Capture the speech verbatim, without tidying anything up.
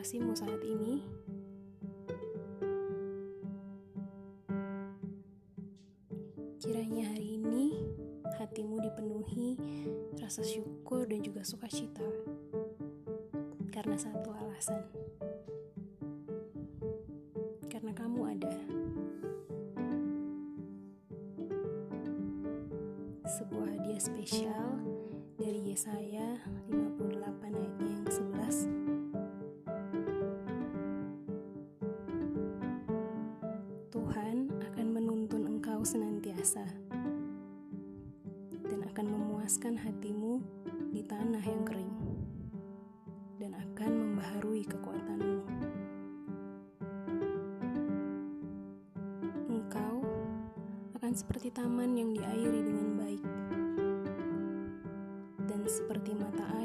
situasimu saat ini? Kiranya hari ini hatimu dipenuhi rasa syukur dan juga sukacita karena satu alasan. Karena kamu ada. Sebuah hadiah spesial dari Yesaya lima puluh delapan ayatnya yang kesebelas. Tuhan akan menuntun engkau senantiasa dan akan memuaskan hatimu di tanah yang kering dan akan membaharui kekuatanmu. Engkau akan seperti taman yang diairi dengan baik dan seperti mata